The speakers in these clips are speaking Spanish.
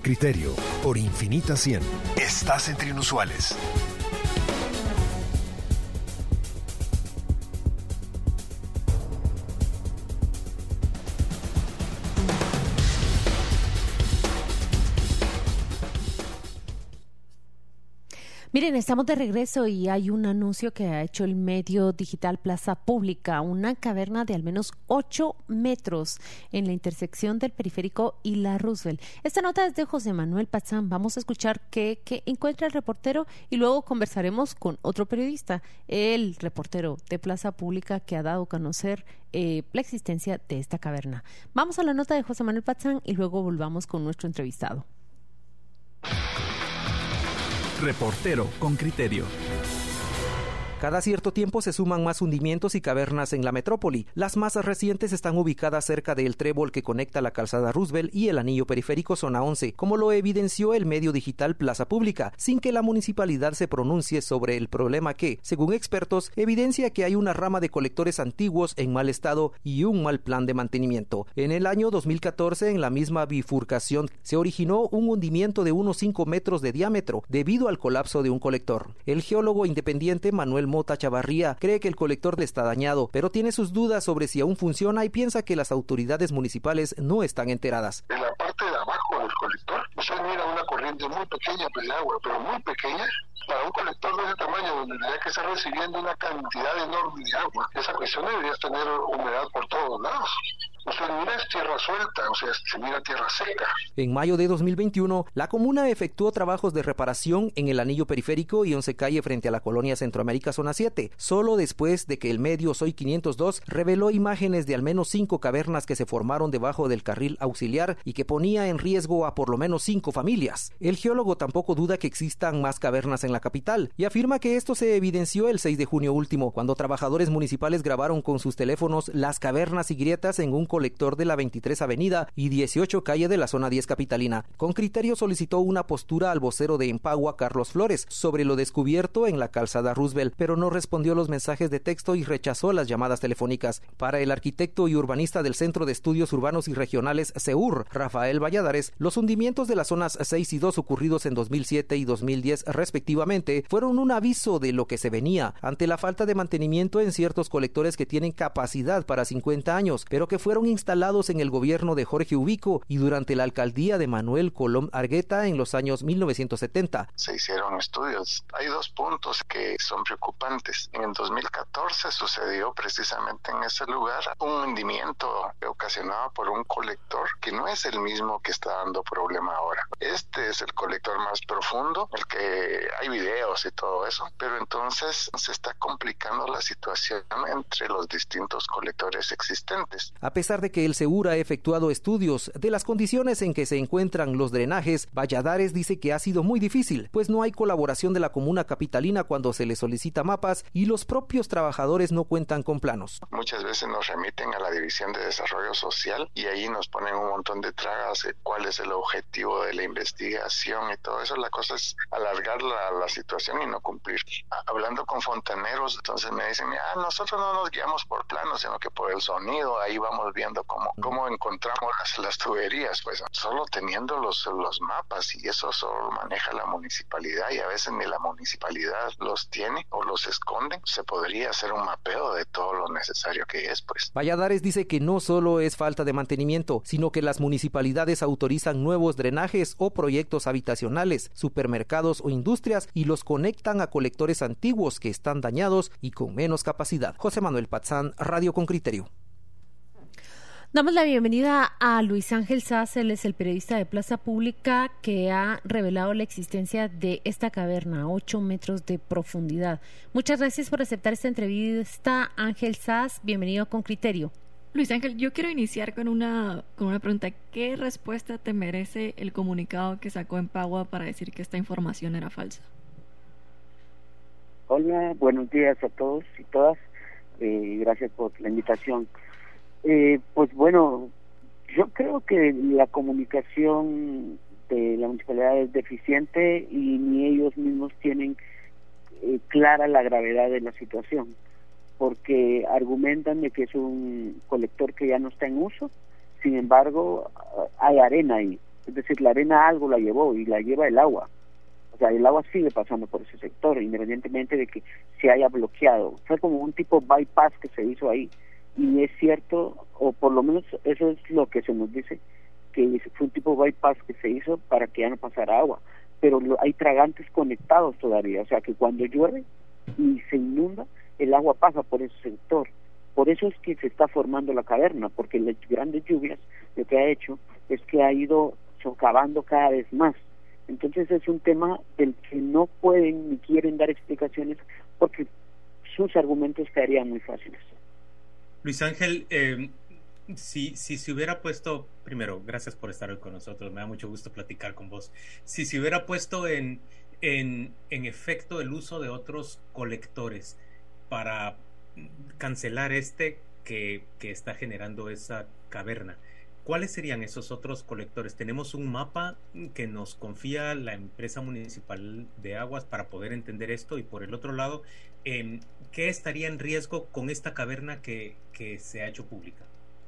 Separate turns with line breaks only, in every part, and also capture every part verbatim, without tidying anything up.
criterio, por Infinita cien. Estás entre inusuales.
Miren, estamos de regreso y hay un anuncio que ha hecho el medio digital Plaza Pública, una caverna de al menos ocho metros en la intersección del Periférico y la Roosevelt. Esta nota es de José Manuel Pazán. Vamos a escuchar qué, qué encuentra el reportero y luego conversaremos con otro periodista, el reportero de Plaza Pública que ha dado a conocer eh, la existencia de esta caverna. Vamos a la nota de José Manuel Pazán y luego volvamos con nuestro entrevistado.
Reportero con criterio. Cada cierto tiempo se suman más hundimientos y cavernas en la metrópoli. Las más recientes están ubicadas cerca del trébol que conecta la calzada Roosevelt y el anillo periférico zona once, como lo evidenció el medio digital Plaza Pública, sin que la municipalidad se pronuncie sobre el problema que, según expertos, evidencia que hay una rama de colectores antiguos en mal estado y un mal plan de mantenimiento. En el año dos mil catorce, en la misma bifurcación, se originó un hundimiento de unos cinco metros de diámetro debido al colapso de un colector. El geólogo independiente Manuel Mota Chavarría cree que el colector está dañado, pero tiene sus dudas sobre si aún funciona y piensa que las autoridades municipales no están enteradas.
En la parte de abajo del colector, usted mira una corriente muy pequeña de agua, pero muy pequeña. Para un colector de ese tamaño, donde tendría que estar recibiendo una cantidad enorme de agua, esa cuestión debería tener humedad por todos lados. Usted mira es tierra suelta, o sea, se mira tierra seca.
En mayo de dos mil veintiuno, la comuna efectuó trabajos de reparación en el anillo periférico y once calle frente a la colonia Centroamérica zona siete, solo después de que el medio Soy quinientos dos reveló imágenes de al menos cinco cavernas que se formaron debajo del carril auxiliar y que ponía en riesgo a por lo menos cinco familias. El geólogo tampoco duda que existan más cavernas en la capital y afirma que esto se evidenció el seis de junio último, cuando trabajadores municipales grabaron con sus teléfonos las cavernas y grietas en un colector de la veintitrés Avenida y dieciocho calle de la zona diez capitalina. Con criterio solicitó una postura al vocero de Empagua, Carlos Flores, sobre lo descubierto en la calzada Roosevelt, pero no respondió los mensajes de texto y rechazó las llamadas telefónicas. Para el arquitecto y urbanista del Centro de Estudios Urbanos y Regionales CEUR, Rafael Valladares, los hundimientos de las zonas seis y dos ocurridos en dos mil siete y dos mil diez respectivamente fueron un aviso de lo que se venía ante la falta de mantenimiento en ciertos colectores que tienen capacidad para cincuenta años, pero que fueron instalados en el gobierno de Jorge Ubico y durante la alcaldía de Manuel Colom Argueta en los años mil novecientos setenta.
Se hicieron estudios. Hay dos puntos que son preocupantes. En el dos mil catorce sucedió precisamente en ese lugar un hundimiento ocasionado por un colector que no es el mismo que está dando problema ahora. Este es el colector más profundo, el que hay videos y todo eso, pero entonces se está complicando la situación entre los distintos colectores existentes.
A pesar de que el CEUR ha efectuado estudios de las condiciones en que se encuentran los drenajes, Valladares dice que ha sido muy difícil, pues no hay colaboración de la comuna capitalina cuando se le solicita mapas y los propios trabajadores no cuentan con planos.
Muchas veces nos remiten a la División de Desarrollo Social y ahí nos ponen un montón de tragas de cuál es el objetivo de la investigación y todo eso. La cosa es alargar la, la situación y no cumplir. Hablando con fontaneros, entonces me dicen, ah, nosotros no nos guiamos por planos, sino que por el sonido, ahí vamos viendo cómo, cómo encontramos las, las tuberías, pues solo teniendo los, los mapas, y eso solo maneja la municipalidad y a veces ni la municipalidad los tiene o los esconden. Se podría hacer un mapeo de todo lo necesario que es, pues.
Valladares dice que no solo es falta de mantenimiento, sino que las municipalidades autorizan nuevos drenajes o proyectos habitacionales, supermercados o industrias y los conectan a colectores antiguos que están dañados y con menos capacidad. José Manuel Pazán, Radio con Criterio.
Damos la bienvenida a Luis Ángel Saz, él es el periodista de Plaza Pública que ha revelado la existencia de esta caverna, ocho metros de profundidad. Muchas gracias por aceptar esta entrevista, Ángel Saz, bienvenido Con Criterio.
Luis Ángel, yo quiero iniciar con una, con una pregunta. ¿Qué respuesta te merece el comunicado que sacó Empagua para decir que esta información era falsa?
Hola, buenos días a todos y todas, eh, gracias por la invitación. Eh, pues bueno, yo creo que la comunicación de la municipalidad es deficiente y ni ellos mismos tienen eh, clara la gravedad de la situación, porque argumentan de que es un colector que ya no está en uso, sin embargo hay arena ahí, Es decir, la arena algo la llevó y la lleva el agua. O sea, el agua sigue pasando por ese sector, independientemente de que se haya bloqueado. Fue como un tipo bypass que se hizo ahí. Y es cierto, o por lo menos eso es lo que se nos dice, que fue un tipo bypass que se hizo para que ya no pasara agua. Pero lo, hay tragantes conectados todavía. O sea, que cuando llueve y se inunda, el agua pasa por ese sector. Por eso es que se está formando la caverna, porque las grandes lluvias lo que ha hecho es que ha ido socavando cada vez más. Entonces es un tema del que no pueden ni quieren dar explicaciones porque sus argumentos caerían muy fáciles.
Luis Ángel, eh, si, si se hubiera puesto, primero, gracias por estar hoy con nosotros, me da mucho gusto platicar con vos. Si se hubiera puesto en, en, en efecto el uso de otros colectores para cancelar este que, que está generando esa caverna, ¿cuáles serían esos otros colectores? Tenemos un mapa que nos confía la empresa municipal de aguas para poder entender esto, y por el otro lado, eh, ¿qué estaría en riesgo con esta caverna que, que se ha hecho pública?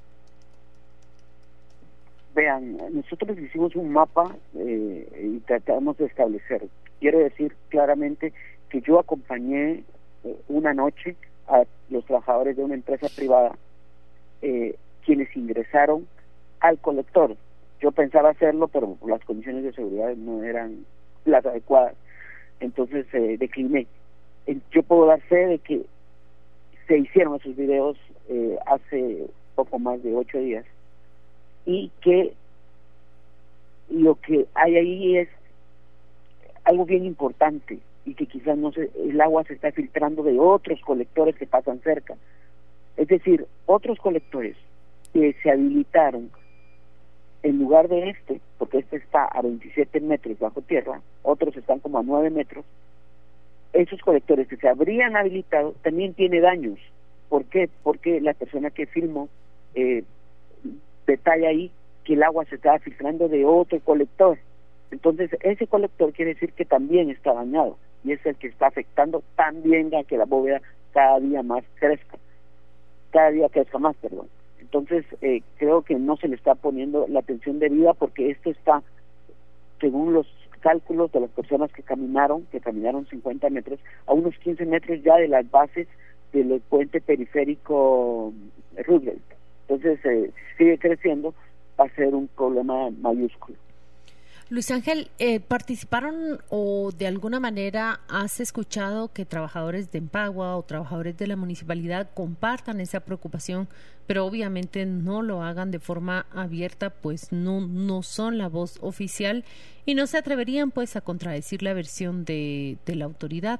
Vean, nosotros hicimos un mapa eh, y tratamos de establecer. Quiero decir claramente que yo acompañé eh, una noche a los trabajadores de una empresa privada, eh, quienes ingresaron al colector. Yo pensaba hacerlo, pero las condiciones de seguridad no eran las adecuadas, entonces eh, decliné. Eh, yo puedo dar fe de que se hicieron esos videos eh, hace poco más de ocho días, y que lo que hay ahí es algo bien importante, y que quizás no se, el agua se está filtrando de otros colectores que pasan cerca. Es decir, otros colectores que se habilitaron en lugar de este, porque este está a veintisiete metros bajo tierra, otros están como a nueve metros, esos colectores que se habrían habilitado también tiene daños. ¿Por qué? Porque la persona que filmó eh, detalla ahí que el agua se estaba filtrando de otro colector. Entonces ese colector quiere decir que también está dañado, y es el que está afectando también a que la bóveda cada día más crezca, cada día crezca más, perdón. Entonces eh, creo que no se le está poniendo la atención debida, porque esto está, según los cálculos de las personas que caminaron, que caminaron cincuenta metros, a unos quince metros ya de las bases del puente periférico Roosevelt. Entonces eh, sigue creciendo, va a ser un problema mayúsculo.
Luis Ángel, eh, ¿participaron o de alguna manera has escuchado que trabajadores de Empagua o trabajadores de la municipalidad compartan esa preocupación, pero obviamente no lo hagan de forma abierta, pues no, no son la voz oficial y no se atreverían pues a contradecir la versión de, de la autoridad?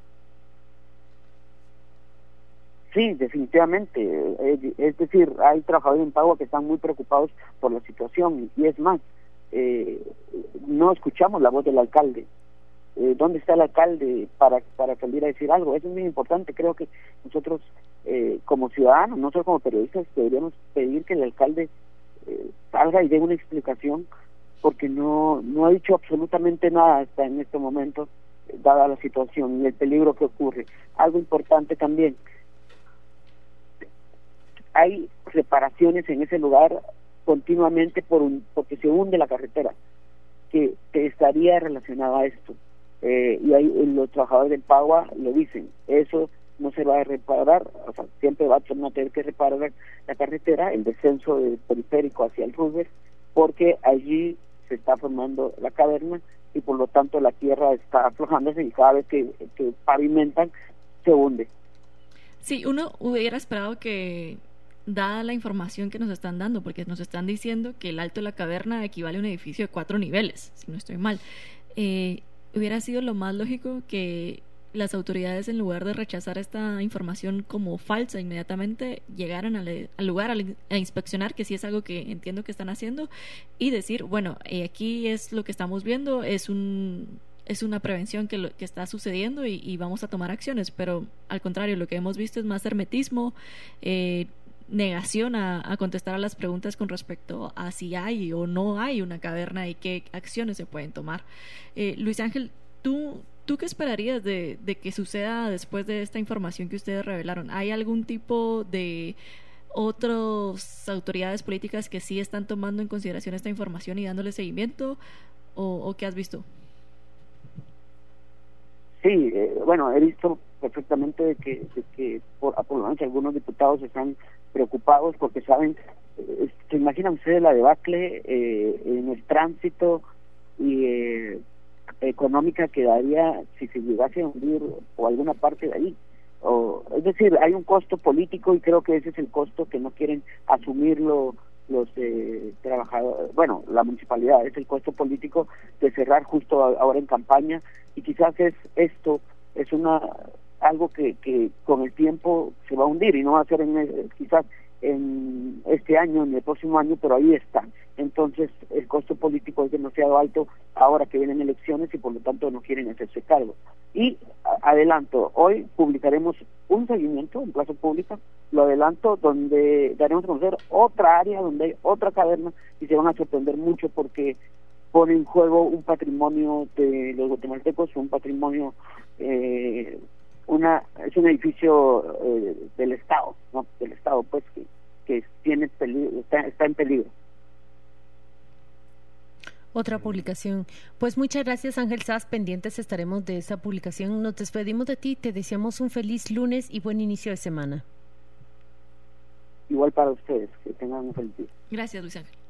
Sí, definitivamente. Es decir, hay trabajadores de Empagua que están muy preocupados por la situación, y es más, Eh, no escuchamos la voz del alcalde. Eh, ¿Dónde está el alcalde para para salir a decir algo? Eso es muy importante. Creo que nosotros eh, como ciudadanos, no solo como periodistas, deberíamos pedir que el alcalde eh, salga y dé una explicación, porque no no ha dicho absolutamente nada hasta en este momento, eh, dada la situación y el peligro que ocurre. Algo importante también, hay reparaciones en ese lugar continuamente por un, porque se hunde la carretera, que, que estaría relacionada a esto. Eh, y ahí los trabajadores del Empagua lo dicen, eso no se va a reparar, o sea, siempre va a tener que reparar la carretera, el descenso del periférico hacia el Roosevelt, porque allí se está formando la caverna y por lo tanto la tierra está aflojándose, y cada vez que, que pavimentan se hunde.
Sí, uno hubiera esperado que, dada la información que nos están dando, porque nos están diciendo que el alto de la caverna equivale a un edificio de cuatro niveles, si no estoy mal, eh, hubiera sido lo más lógico que las autoridades, en lugar de rechazar esta información como falsa, inmediatamente llegaran al, al lugar a, a inspeccionar, que sí es algo que entiendo que están haciendo, y decir, bueno, eh, aquí es lo que estamos viendo, es un es una prevención que, lo, que está sucediendo y, y vamos a tomar acciones, pero al contrario, lo que hemos visto es más hermetismo, eh, negación a, a contestar a las preguntas con respecto a si hay o no hay una caverna y qué acciones se pueden tomar. Eh, Luis Ángel, ¿tú, ¿tú qué esperarías de, de que suceda después de esta información que ustedes revelaron? ¿Hay algún tipo de otras autoridades políticas que sí están tomando en consideración esta información y dándole seguimiento, o, o qué has visto?
Sí, eh, bueno, he visto perfectamente de que, de que por, por lo menos algunos diputados están preocupados porque saben, eh, se imaginan ustedes la debacle eh, en el tránsito y eh, económica que daría si se llegase a hundir o alguna parte de ahí. O, es decir, hay un costo político y creo que ese es el costo que no quieren asumirlo los eh, trabajadores, bueno, la municipalidad, es el costo político de cerrar justo a, ahora en campaña, y quizás es esto, es una algo que, que con el tiempo se va a hundir y no va a ser en, quizás en este año, en el próximo año, pero ahí está. Entonces el costo político es demasiado alto ahora que vienen elecciones y por lo tanto no quieren hacerse cargo. Y a, adelanto, hoy publicaremos un seguimiento en plaza pública, lo adelanto, donde daremos a conocer otra área donde hay otra caverna y se van a sorprender mucho porque pone en juego un patrimonio de los guatemaltecos, un patrimonio, eh, una es un edificio eh, del Estado, ¿no? Del Estado, pues, que, que tiene peligro, está, está en peligro.
Otra publicación. Pues muchas gracias, Ángel Sass. Pendientes estaremos de esa publicación. Nos despedimos de ti. Te deseamos un feliz lunes y buen inicio de semana.
Igual para ustedes. Que tengan un feliz día.
Gracias, Luis Ángel.